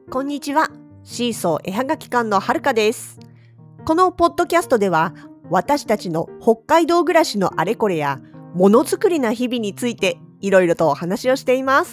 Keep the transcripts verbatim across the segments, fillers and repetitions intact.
こんにちは。シーソー絵はがき館のはるかです。このポッドキャストでは、私たちの北海道暮らしのあれこれや、ものづくりな日々についていろいろとお話をしています。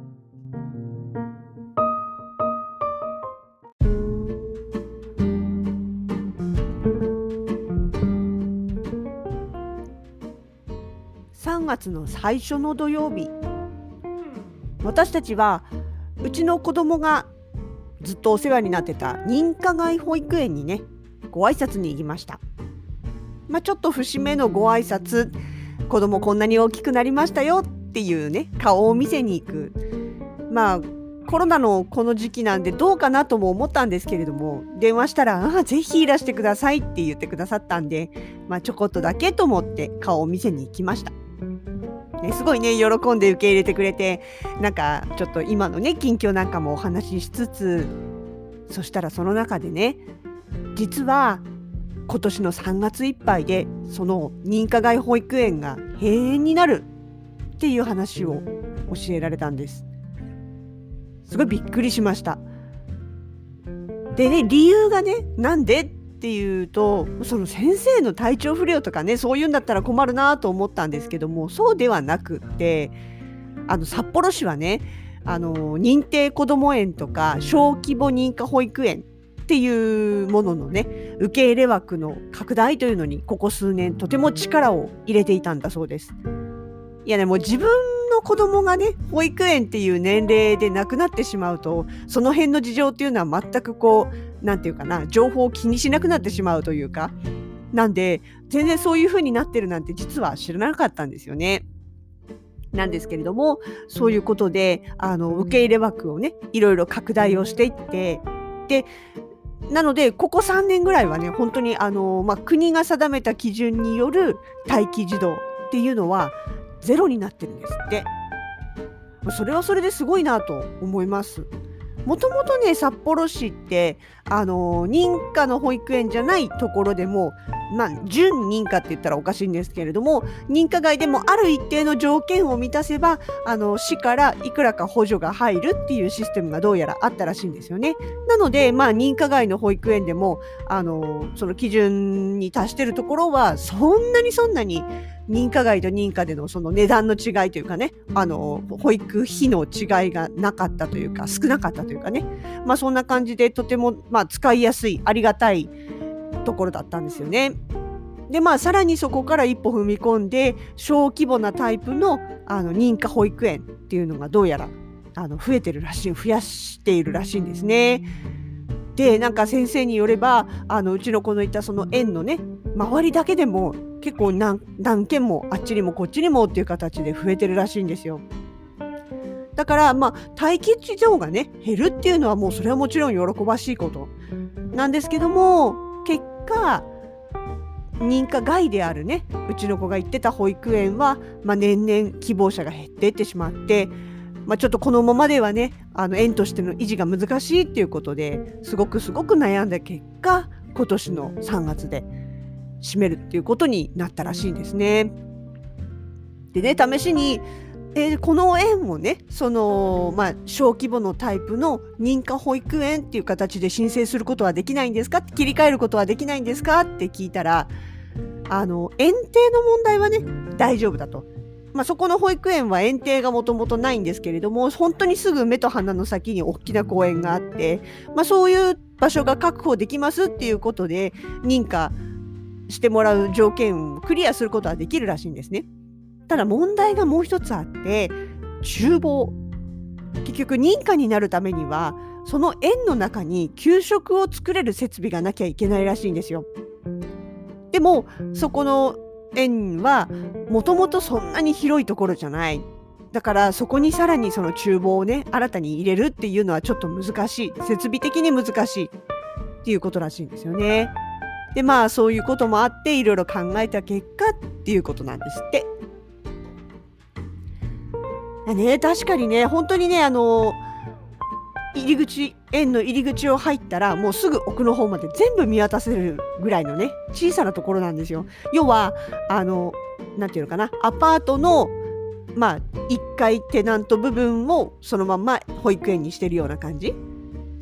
さんがつの最初の土曜日、私たちはうちの子供がずっとお世話になってた認可外保育園にね、ご挨拶に行きました。まあ、ちょっと節目のご挨拶、子供こんなに大きくなりましたよっていうね、顔を見せに行く。まあコロナのこの時期なんでどうかなとも思ったんですけれども、電話したら、あぜひいらしてくださいって言ってくださったんで、まあ、ちょこっとだけと思って顔を見せに行きました。ね、すごいね、喜んで受け入れてくれて、なんかちょっと今のね近況なんかもお話ししつつ、そしたらその中でね、実は今年のさんがついっぱいでその認可外保育園が閉園になるっていう話を教えられたんです。すごいびっくりしました。でね、理由がね、なんでっていうと、その先生の体調不良とかね、そういうんだったら困るなと思ったんですけども、そうではなくって、あの札幌市はね、あの認定こども園とか小規模認可保育園っていうもののね、受け入れ枠の拡大というのにここ数年とても力を入れていたんだそうです。いやね、もう自分の子供がね、保育園っていう年齢で亡くなってしまうと、その辺の事情っていうのは全くこう、なんていうかな、情報を気にしなくなってしまうというか、なんで全然そういう風になってるなんて実は知らなかったんですよね。なんですけれども、そういうことであの受け入れ枠をね、いろいろ拡大をしていって、でなのでここさんねんぐらいはね、本当にあの、まあ、国が定めた基準による待機児童っていうのはゼロになってるんですって。それはそれですごいなと思います。もともとね、札幌市ってあの認可の保育園じゃないところでも、まあ、準認可って言ったらおかしいんですけれども、認可外でもある一定の条件を満たせば、あの市からいくらか補助が入るっていうシステムがどうやらあったらしいんですよね。なので、まあ、認可外の保育園でもあのその基準に達してるところはそんなにそんなに認可外と認可でのその値段の違いというかね、あの保育費の違いがなかったというか、少なかったというかね、まあ、そんな感じでとても、まあ、使いやすい、ありがたいところだったんですよね。でまあさらにそこから一歩踏み込んで、小規模なタイプのあの認可保育園っていうのがどうやらあの増えてるらしい、増やしているらしいんですね。でなんか先生によれば、あのうちの子のいたその園のね、周りだけでも結構 何, 何件もあっちにもこっちにもっていう形で増えてるらしいんですよ。だからまあ待機児童がね減るっていうのはもうそれはもちろん喜ばしいことなんですけども、結果認可外であるね、うちの子が行ってた保育園は、まあ、年々希望者が減っていってしまって、まあ、ちょっとこのままではね、あの園としての維持が難しいっていうことですごくすごく悩んだ結果、今年のさんがつで閉めるっていうことになったらしいんですね。でね、試しに、えー、この園をね、その、まあ、小規模のタイプの認可保育園っていう形で申請することはできないんですか、切り替えることはできないんですかって聞いたら、あの園庭の問題はね大丈夫だと。まあ、そこの保育園は園庭がもともとないんですけれども、本当にすぐ目と鼻の先に大きな公園があって、まあ、そういう場所が確保できますっていうことで認可してもらう条件をクリアすることはできるらしいんですね。ただ問題がもう一つあって、厨房。結局認可になるためにはその園の中に給食を作れる設備がなきゃいけないらしいんですよ。でもそこの園はもともとそんなに広いところじゃない。だからそこにさらにその厨房をね新たに入れるっていうのはちょっと難しい、設備的に難しいっていうことらしいんですよね。でまあそういうこともあっていろいろ考えた結果っていうことなんですって。ね、確かにね、本当にね、あの入り口、園の入り口を入ったらもうすぐ奥の方まで全部見渡せるぐらいのね小さなところなんですよ。要はあのなんていうのかな、アパートのまあいっかいテナント部分をそのまんま保育園にしてるような感じ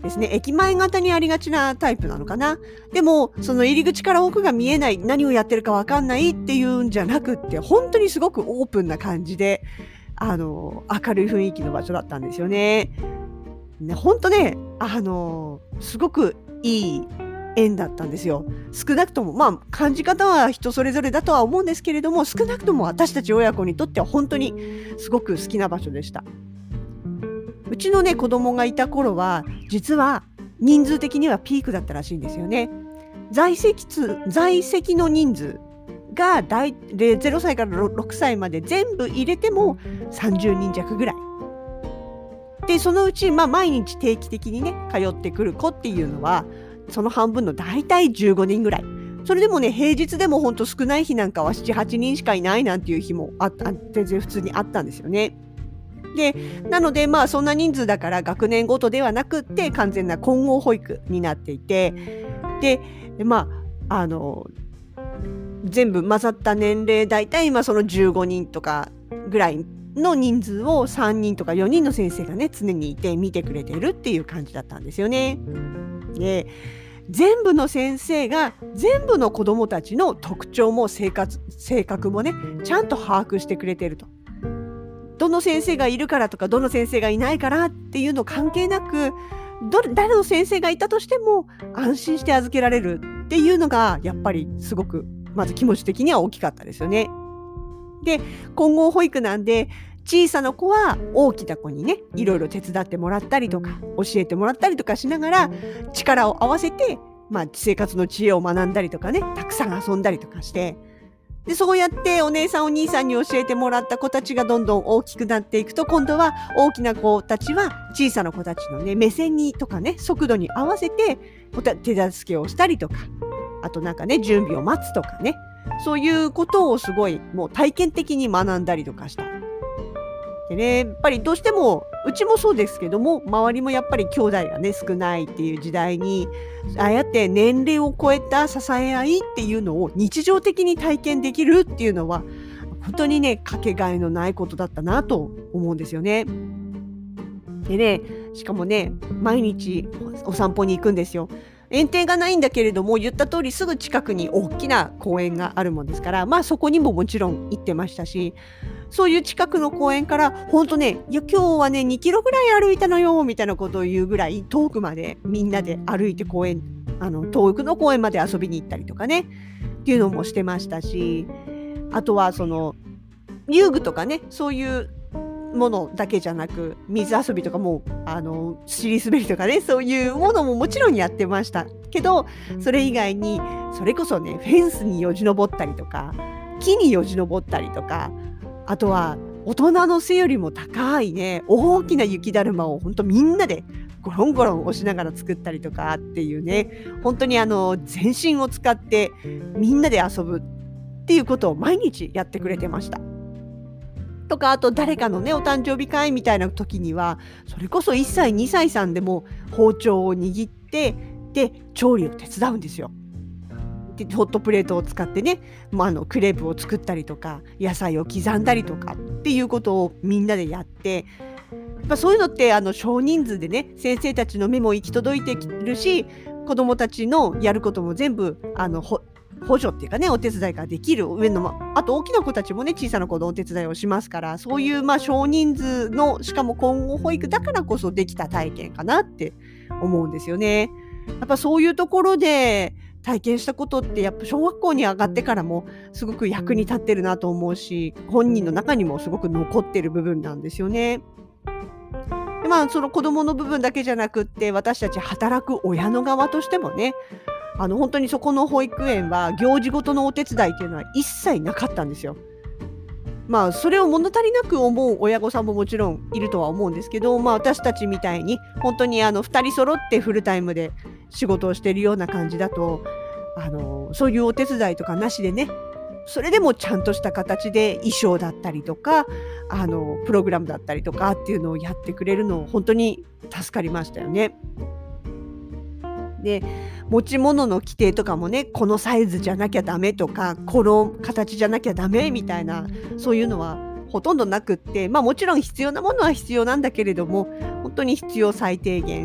ですね。駅前型にありがちなタイプなのかな。でもその入り口から奥が見えない、何をやってるかわかんないっていうんじゃなくって、本当にすごくオープンな感じで、あの明るい雰囲気の場所だったんですよね。ね、本当ね、あのすごくいい縁だったんですよ。少なくともまあ感じ方は人それぞれだとは思うんですけれども、少なくとも私たち親子にとっては本当にすごく好きな場所でした。うちのね子供がいた頃は実は人数的にはピークだったらしいんですよね。在籍数在籍の人数が大でゼロさいからろくさいまで全部入れてもさんじゅうにん弱ぐらいで、そのうち、まあ、毎日定期的にね通ってくる子っていうのはその半分の大体じゅうごにんぐらい。それでもね平日でもほんと少ない日なんかはななはちにんしかいないなんていう日もあった全然普通にあったんですよね。でなのでまあそんな人数だから学年ごとではなくって完全な混合保育になっていて、でまああの全部混ざった年齢大体今そのじゅうごにんとかぐらいの人数をさんにんとかよにんの先生がね常にいて見てくれてるっていう感じだったんですよね。で全部の先生が全部の子どもたちの特徴も生活性格もねちゃんと把握してくれてると。どの先生がいるからとかどの先生がいないからっていうの関係なく、ど誰の先生がいたとしても安心して預けられるっていうのがやっぱりすごくまず気持ち的には大きかったですよね。で混合保育なんで小さな子は大きな子にねいろいろ手伝ってもらったりとか教えてもらったりとかしながら力を合わせて、まあ、生活の知恵を学んだりとかねたくさん遊んだりとかして、でそうやってお姉さんお兄さんに教えてもらった子たちがどんどん大きくなっていくと、今度は大きな子たちは小さな子たちのね目線にとかね速度に合わせて手助けをしたりとか、あとなんかね準備を待つとかね、そういうことをすごいもう体験的に学んだりとかした。でね、やっぱりどうしてもうちもそうですけども周りもやっぱり兄弟がね少ないっていう時代にああやって年齢を超えた支え合いっていうのを日常的に体験できるっていうのは本当にねかけがえのないことだったなと思うんですよね。でねしかもね毎日お散歩に行くんですよ。園庭がないんだけれども言った通りすぐ近くに大きな公園があるもんですから、まあそこにももちろん行ってましたし、そういう近くの公園から本当ね、いや今日はねにキロぐらい歩いたのよみたいなことを言うぐらい遠くまでみんなで歩いて公園あの遠くの公園まで遊びに行ったりとかねっていうのもしてましたし、あとはその遊具とかねそういうものだけじゃなく水遊びとかもあの尻滑りとかねそういうものももちろんやってましたけど、それ以外にそれこそねフェンスによじ登ったりとか木によじ登ったりとか、あとは大人の背よりも高いね大きな雪だるまを本当みんなでゴロンゴロン押しながら作ったりとかっていうね、本当にあの全身を使ってみんなで遊ぶっていうことを毎日やってくれてました。とかあと誰かのねお誕生日会みたいな時にはそれこそいっさいにさいさんでも包丁を握ってで調理を手伝うんですよ。でホットプレートを使ってね、まあ、あのクレープを作ったりとか野菜を刻んだりとかっていうことをみんなでやって、やっぱそういうのってあの少人数でね先生たちの目も行き届いてるし、子どもたちのやることも全部あのほ補助っていうかねお手伝いができる上の、あと大きな子たちもね小さな子のお手伝いをしますから、そういうまあ少人数のしかも混合保育だからこそできた体験かなって思うんですよね。やっぱそういうところで体験したことってやっぱ小学校に上がってからもすごく役に立ってるなと思うし、本人の中にもすごく残ってる部分なんですよね。でまあその子どもの部分だけじゃなくって私たち働く親の側としてもね、あの本当にそこの保育園は行事ごとのお手伝いっていうのは一切なかったんですよ。まあそれを物足りなく思う親御さんももちろんいるとは思うんですけど、まあ私たちみたいに本当にあのふたり揃ってフルタイムで仕事をしているような感じだと、あのそういうお手伝いとかなしでね、それでもちゃんとした形で衣装だったりとかあのプログラムだったりとかっていうのをやってくれるのを本当に助かりましたよね。で持ち物の規定とかもねこのサイズじゃなきゃダメとかこの形じゃなきゃダメみたいなそういうのはほとんどなくって、まあもちろん必要なものは必要なんだけれども本当に必要最低限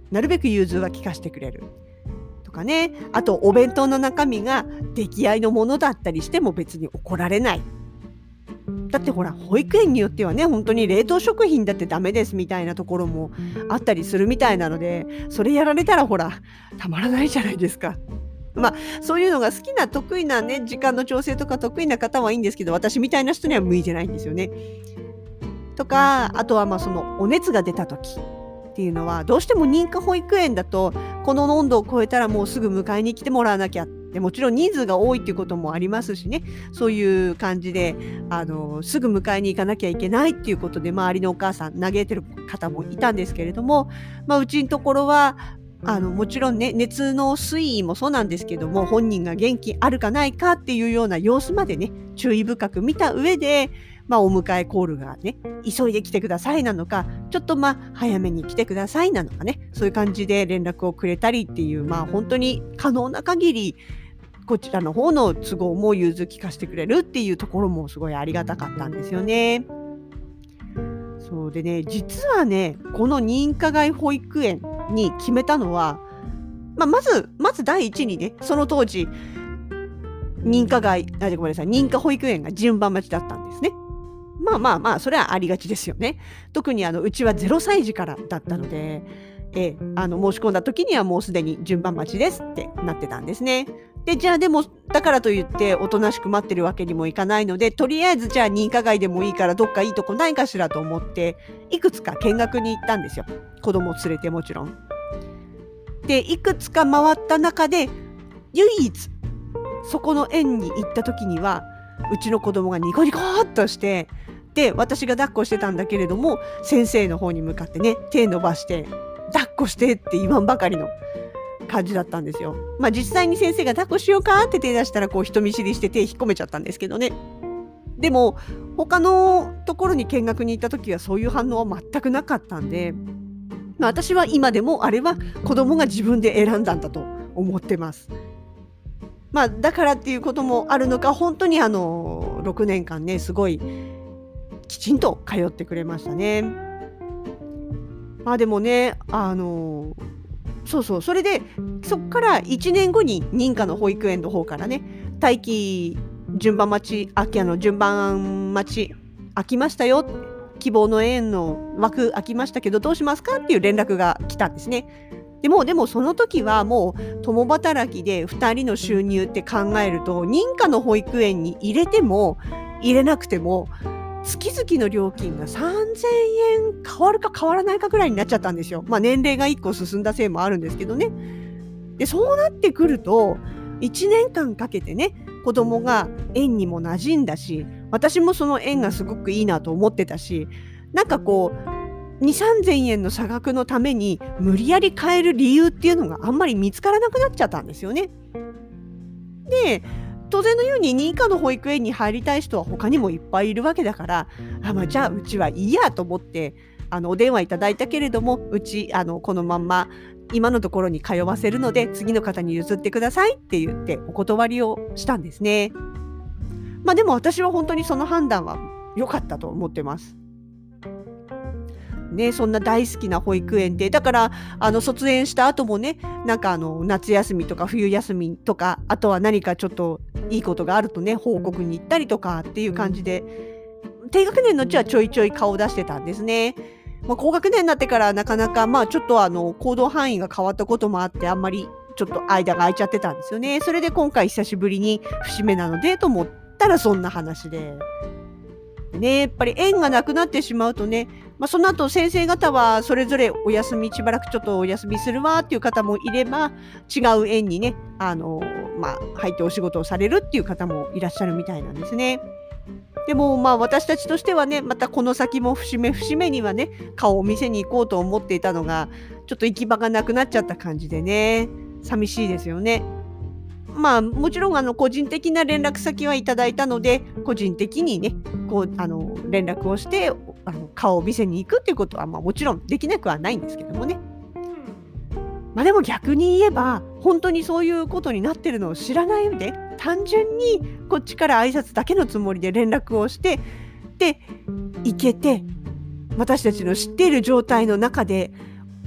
なるべく融通は聞かせてくれるとかね。あとお弁当の中身が出来合いのものだったりしても別に怒られない。だってほら保育園によってはね、本当に冷凍食品だってダメですみたいなところもあったりするみたいなので、それやられたらほらたまらないじゃないですか。まあそういうのが好きな得意なね、時間の調整とか得意な方はいいんですけど、私みたいな人には向いてないんですよね。とか、あとはまあそのお熱が出た時っていうのはどうしても認可保育園だとこの温度を超えたらもうすぐ迎えに来てもらわなきゃ。でもちろん人数が多いっていうこともありますしね、そういう感じであのすぐ迎えに行かなきゃいけないっていうことで周りのお母さん嘆いてる方もいたんですけれども、まあ、うちのところはあのもちろんね、熱の推移もそうなんですけども、本人が元気あるかないかっていうような様子までね注意深く見た上で、まあ、お迎えコールがね急いで来てくださいなのか、ちょっとまあ早めに来てくださいなのかね、そういう感じで連絡をくれたりっていう、まあ本当に可能な限りこちらの方の都合も融通聞かせてくれるっていうところもすごいありがたかったんですよね。そうでね、実はねこの認可外保育園に決めたのは、まあ、まずまず第一にね、その当時認可外あごめんなさい認可保育園が順番待ちだったんですね。まあまあまあそれはありがちですよね。特にあのうちはゼロさい児からだったので、えあの申し込んだ時にはもうすでに順番待ちですってなってたんですね。でじゃあでもだからといっておとなしく待ってるわけにもいかないので、とりあえずじゃあ認可外でもいいからどっかいいとこないかしらと思っていくつか見学に行ったんですよ。子供を連れてもちろん。でいくつか回った中で唯一そこの園に行った時にはうちの子供がニコニコっとして、で私が抱っこしてたんだけれども先生の方に向かってね手伸ばして抱っこしてって言わんばかりの感じだったんですよ。まあ実際に先生が抱っこしようかって手出したらこう人見知りして手引っ込めちゃったんですけどね。でも他のところに見学に行った時はそういう反応は全くなかったんで、まあ、私は今でもあれは子供が自分で選んだんだと思ってます。まあだからっていうこともあるのか、本当にあのろくねんかんねすごいきちんと通ってくれましたね。まあでもねあのそうそうそれでそっからいちねんごに認可の保育園の方からね待機順番待ちあきあの順番待ち空きましたよ、希望の園の枠空きましたけどどうしますかっていう連絡が来たんですね。でもでもその時はもう共働きでふたりの収入って考えると認可の保育園に入れても入れなくても月々の料金がさんぜんえん変わるか変わらないかぐらいになっちゃったんですよ。まあ年齢がいっこ進んだせいもあるんですけどね。でそうなってくるといちねんかんかけてね子供が園にも馴染んだし、私もその園がすごくいいなと思ってたし、なんかこうにせんさんぜんえんの差額のために無理やり変える理由っていうのがあんまり見つからなくなっちゃったんですよね。で当然のように認可の保育園に入りたい人は他にもいっぱいいるわけだから、あ、まあ、じゃあうちはいいやと思ってあのお電話いただいたけれども、うちあのこのまんま今のところに通わせるので次の方に譲ってくださいって言ってお断りをしたんですね。まあでも私は本当にその判断は良かったと思ってます。ね、そんな大好きな保育園で、だからあの卒園した後もね、なんかあの夏休みとか冬休みとか、あとは何かちょっといいことがあるとね報告に行ったりとかっていう感じで、低学年のうちはちょいちょい顔を出してたんですね。まあ、高学年になってからなかなかまあちょっとあの行動範囲が変わったこともあって、あんまりちょっと間が空いちゃってたんですよね。それで今回久しぶりに節目なのでと思ったらそんな話で。ね、やっぱり縁がなくなってしまうとね、まあ、その後先生方はそれぞれお休みしばらくちょっとお休みするわっていう方もいれば、違う園にねあの、まあ、入ってお仕事をされるっていう方もいらっしゃるみたいなんですね。でもまあ私たちとしてはね、またこの先も節目節目にはね顔を見せに行こうと思っていたのが、ちょっと行き場がなくなっちゃった感じでね、寂しいですよね。まあもちろんあの個人的な連絡先はいただいたので、個人的にねこうあの連絡をしてあの顔を見せに行くっていうことはまあもちろんできなくはないんですけどもね。まあでも逆に言えば本当にそういうことになってるのを知らないで、単純にこっちから挨拶だけのつもりで連絡をしてで行けて、私たちの知っている状態の中で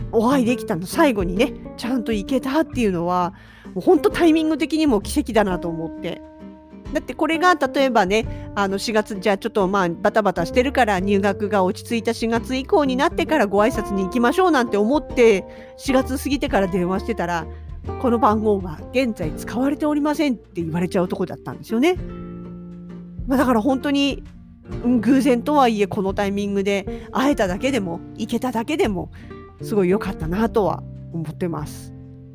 お会いできたの、最後にねちゃんと行けたっていうのはもう本当タイミング的にも奇跡だなと思って。だってこれが例えばねあのしがつじゃあちょっとまあバタバタしてるから入学が落ち着いたしがつ以降になってからご挨拶に行きましょうなんて思ってしがつ過ぎてから電話してたら、この番号は現在使われておりませんって言われちゃうとこだったんですよね。まあ、だから本当に、うん、偶然とはいえこのタイミングで会えただけでも行けただけでもすごい良かったなとは思ってます。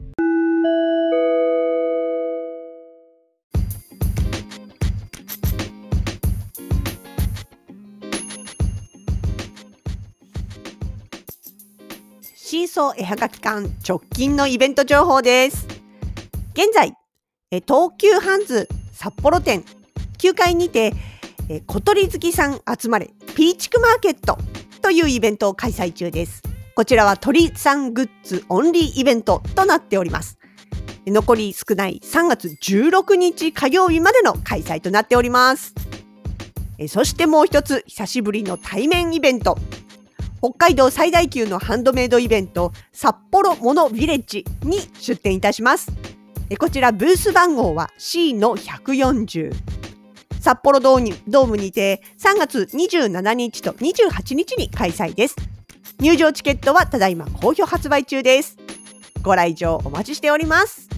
シーソー絵はがき館直近のイベント情報です。現在、え東急ハンズ札幌店きゅうかいにてえ小鳥好きさん集まれピーチクマーケットというイベントを開催中です。こちらは鳥さんグッズオンリーイベントとなっております。残り少ないさんがつじゅうろくにち火曜日までの開催となっております。えそしてもう一つ久しぶりの対面イベント、北海道最大級のハンドメイドイベント札幌モノヴィレッジに出展いたします。こちらブース番号は シーのひゃくよんじゅう、札幌ドームにてさんがつにじゅうしちにちとにじゅうはちにちに開催です。入場チケットはただいま好評発売中です。ご来場お待ちしております。